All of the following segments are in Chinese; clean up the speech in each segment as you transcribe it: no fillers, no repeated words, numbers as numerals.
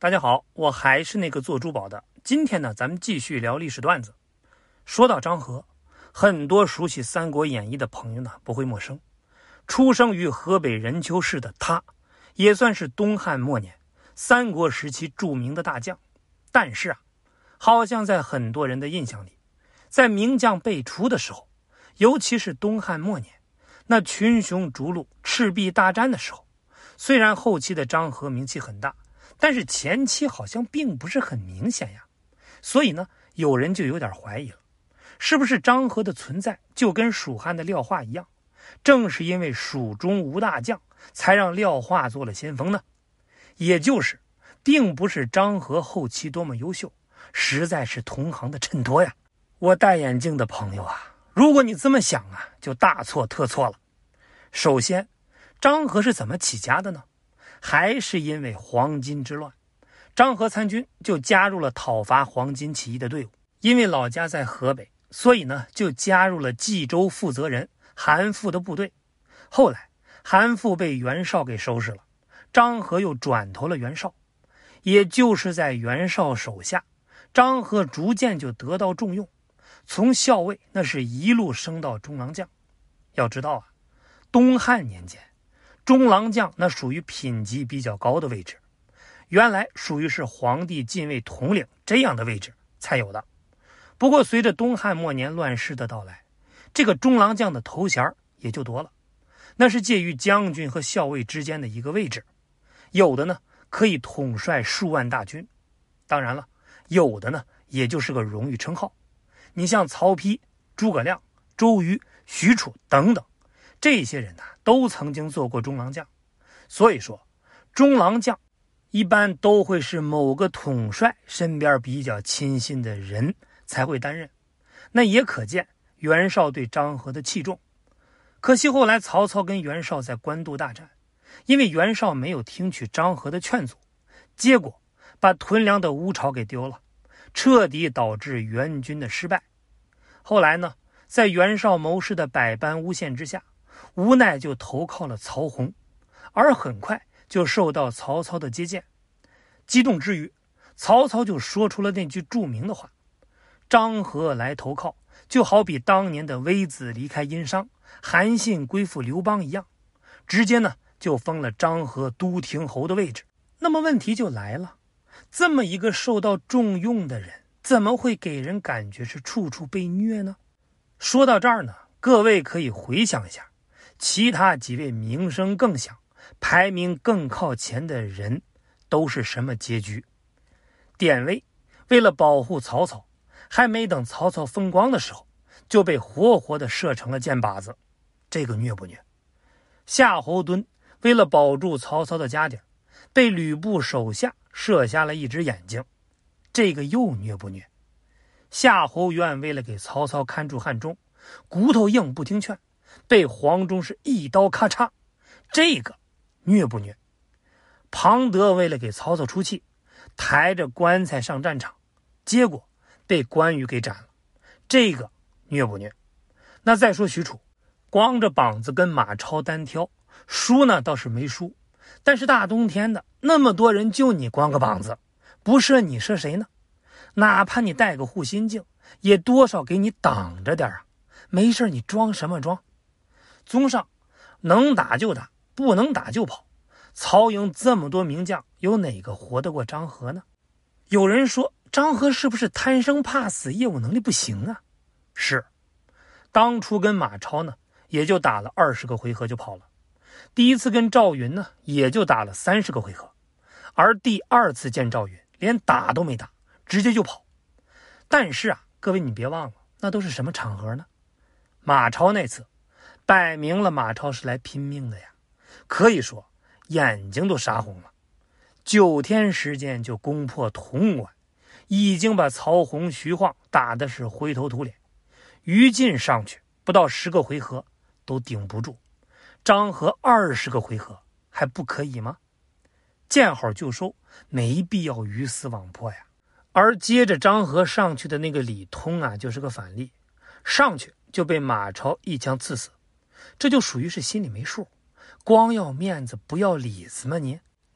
大家好，我还是那个做珠宝的。今天呢，咱们继续聊历史段子。说到张合，很多熟悉《三国演义》的朋友呢不会陌生。出生于河北任丘市的他，也算是东汉末年三国时期著名的大将。但是好像在很多人的印象里，在名将辈出的时候，尤其是东汉末年那群雄逐鹿、赤壁大战的时候，虽然后期的张合名气很大，但是前期好像并不是很明显呀。所以呢，有人就有点怀疑了，是不是张合的存在就跟蜀汉的廖化一样，正是因为蜀中无大将，才让廖化做了先锋呢？也就是并不是张合后期多么优秀，实在是同行的衬托呀。我戴眼镜的朋友如果你这么想就大错特错了。首先，张合是怎么起家的呢？还是因为黄巾之乱，张合参军就加入了讨伐黄巾起义的队伍。因为老家在河北，所以呢就加入了冀州负责人韩馥的部队。后来韩馥被袁绍给收拾了，张合又转投了袁绍。也就是在袁绍手下，张合逐渐就得到重用，从校尉那是一路升到中郎将。要知道东汉年间中郎将那属于品级比较高的位置，原来属于是皇帝禁卫统领这样的位置才有的。不过随着东汉末年乱世的到来，这个中郎将的头衔也就多了，那是介于将军和校尉之间的一个位置。有的呢可以统帅数万大军，当然了，有的呢也就是个荣誉称号。你像曹丕、诸葛亮、周瑜、许褚等等，这些人都曾经做过中郎将。所以说中郎将一般都会是某个统帅身边比较亲信的人才会担任，那也可见袁绍对张合的器重。可惜后来曹操跟袁绍在官渡大战，因为袁绍没有听取张合的劝阻，结果把屯粮的乌巢给丢了，彻底导致袁军的失败。后来呢，在袁绍谋士的百般诬陷之下，无奈就投靠了曹洪，而很快就受到曹操的接见。激动之余，曹操就说出了那句著名的话：张合来投靠，就好比当年的微子离开殷商，韩信归附刘邦一样，直接呢就封了张合都亭侯的位置。那么问题就来了，这么一个受到重用的人，怎么会给人感觉是处处被虐呢？说到这儿呢，各位可以回想一下其他几位名声更响、排名更靠前的人都是什么结局。典韦为了保护曹操，还没等曹操风光的时候，就被活活的射成了箭靶子，这个虐不虐？夏侯惇为了保住曹操的家底，被吕布手下射瞎了一只眼睛，这个又虐不虐？夏侯渊为了给曹操看住汉中，骨头硬不听劝，被黄忠是一刀咔嚓，这个虐不虐？庞德为了给曹操出气，抬着棺材上战场，结果被关羽给斩了，这个虐不虐？那再说许褚，光着膀子跟马超单挑，输呢倒是没输，但是大冬天的那么多人，就你光个膀子，不射你射谁呢？哪怕你戴个护心镜，也多少给你挡着点没事你装什么装？综上，能打就打，不能打就跑。曹营这么多名将，有哪个活得过张合呢？有人说张合是不是贪生怕死，业务能力不行啊？是，当初跟马超呢也就打了20个回合就跑了，第一次跟赵云呢也就打了30个回合，而第二次见赵云连打都没打，直接就跑。但是各位你别忘了，那都是什么场合呢？马超那次摆明了马超是来拼命的呀，可以说眼睛都杀红了。9天时间就攻破潼关，已经把曹洪、徐晃打的是灰头土脸。于禁上去不到10个回合都顶不住，张合20个回合还不可以吗？见好就收，没必要鱼死网破呀。而接着张合上去的那个李通就是个反例，上去就被马超一枪刺死，这就属于是心里没数，光要面子不要里子吗你？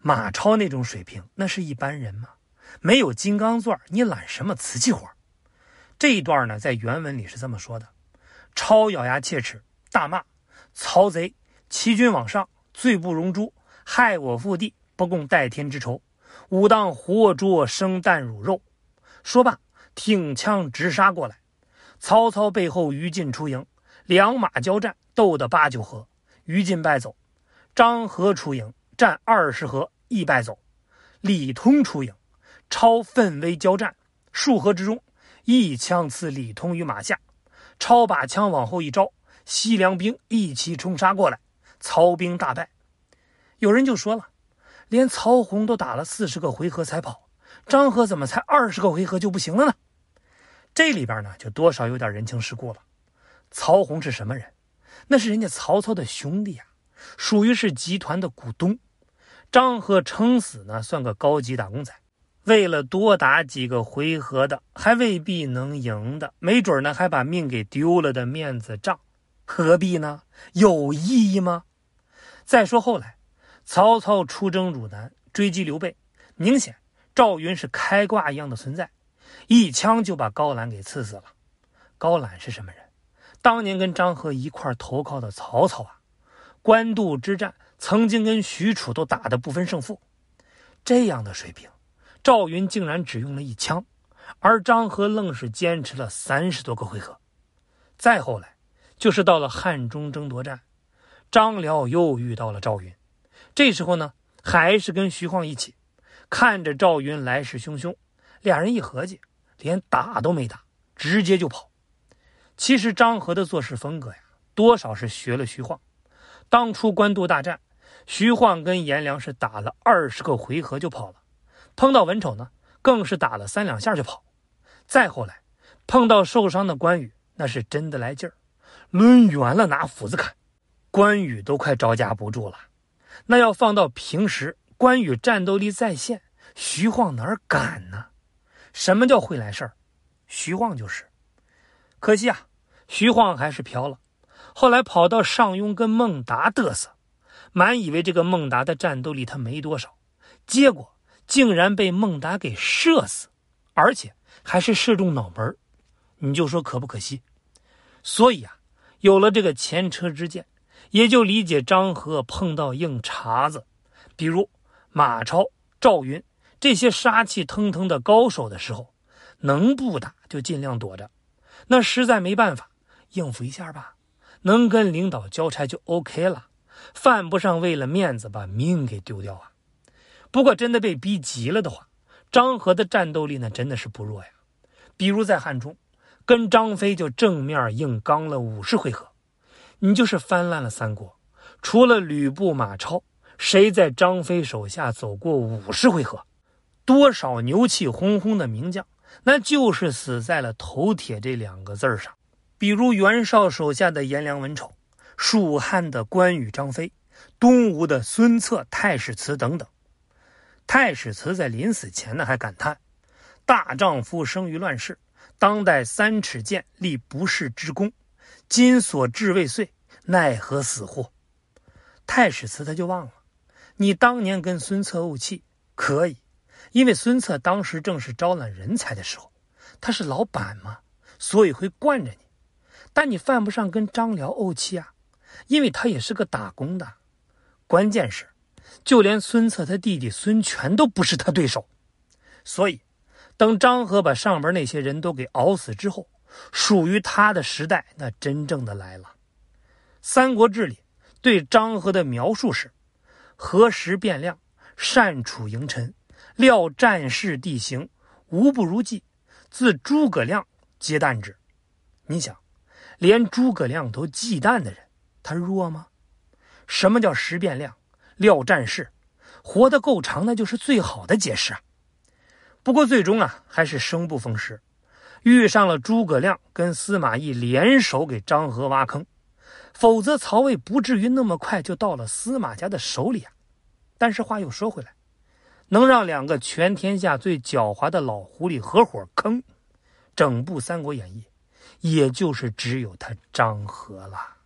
马超那种水平，那是一般人吗？没有金刚钻，你揽什么瓷器活？这一段呢，在原文里是这么说的：超咬牙切齿，大骂曹贼，欺君罔上，罪不容诛，害我父弟，不共戴天之仇，吾当活捉生啖乳肉。说罢，挺枪直杀过来。曹操背后于禁出营，两马交战，斗得8、9合，于禁败走。张合出营，战20合，亦败走。李通出营，超奋威交战，数合之中，一枪刺李通于马下。超把枪往后一招，西凉兵一齐冲杀过来，曹兵大败。有人就说了，连曹洪都打了40个回合才跑，张合怎么才20个回合就不行了呢？这里边呢，就多少有点人情世故了。曹洪是什么人？那是人家曹操的兄弟啊，属于是集团的股东。张合撑死呢，算个高级打工仔，为了多打几个回合的，还未必能赢的，没准呢还把命给丢了的面子仗，何必呢？有意义吗？再说后来，曹操出征汝南，追击刘备，明显赵云是开挂一样的存在，一枪就把高览给刺死了。高览是什么人？当年跟张合一块投靠的曹操啊，官渡之战曾经跟许褚都打得不分胜负。这样的水平，赵云竟然只用了一枪，而张合愣是坚持了30多个回合。再后来就是到了汉中争夺战，张辽又遇到了赵云，这时候呢还是跟徐晃一起，看着赵云来势汹汹，俩人一合计，连打都没打，直接就跑。其实张合的做事风格呀，多少是学了徐晃。当初官渡大战，徐晃跟颜良是打了20个回合就跑了，碰到文丑呢，更是打了3、2下就跑。再后来碰到受伤的关羽，那是真的来劲儿，抡圆了拿斧子砍，关羽都快招架不住了。那要放到平时，关羽战斗力在线，徐晃哪儿敢呢？什么叫会来事儿？徐晃就是。可惜啊，徐晃还是飘了，后来跑到上庸跟孟达嘚瑟，满以为这个孟达的战斗力他没多少，结果竟然被孟达给射死，而且还是射中脑门，你就说可不可惜？所以啊，有了这个前车之鉴，也就理解张合碰到硬茬子，比如马超、赵云这些杀气腾腾的高手的时候，能不打就尽量躲着，那实在没办法应付一下吧，能跟领导交差就 OK 了，犯不上为了面子把命给丢掉啊。不过真的被逼急了的话，张合的战斗力呢真的是不弱呀。比如在汉中跟张飞就正面硬刚了50回合，你就是翻烂了三国，除了吕布、马超，谁在张飞手下走过50回合？多少牛气哄哄的名将，那就是死在了头铁这2个字上。比如袁绍手下的颜良、文丑，蜀汉的关羽、张飞，东吴的孙策、太史慈等等。太史慈在临死前呢还感叹，大丈夫生于乱世，当代3尺剑立不世之功，今所志未遂，奈何死乎？太史慈他就忘了，你当年跟孙策怄气可以，因为孙策当时正是招揽人才的时候，他是老板嘛，所以会惯着你。但你犯不上跟张辽怄气啊，因为他也是个打工的。关键是就连孙策他弟弟孙权都不是他对手。所以等张合把上边那些人都给熬死之后，属于他的时代那真正的来了。三国志里对张合的描述是：合时变量，善处营臣，料战事地形，无不如计，自诸葛亮皆惮之。你想，连诸葛亮都忌惮的人，他弱吗？什么叫时变量，料战事？活得够长那就是最好的解释啊。不过最终啊，还是生不逢时，遇上了诸葛亮跟司马懿联手给张合挖坑，否则曹魏不至于那么快就到了司马家的手里啊。但是话又说回来，能让2个全天下最狡猾的老狐狸合伙坑整部《三国演义》，也就是只有他张合了。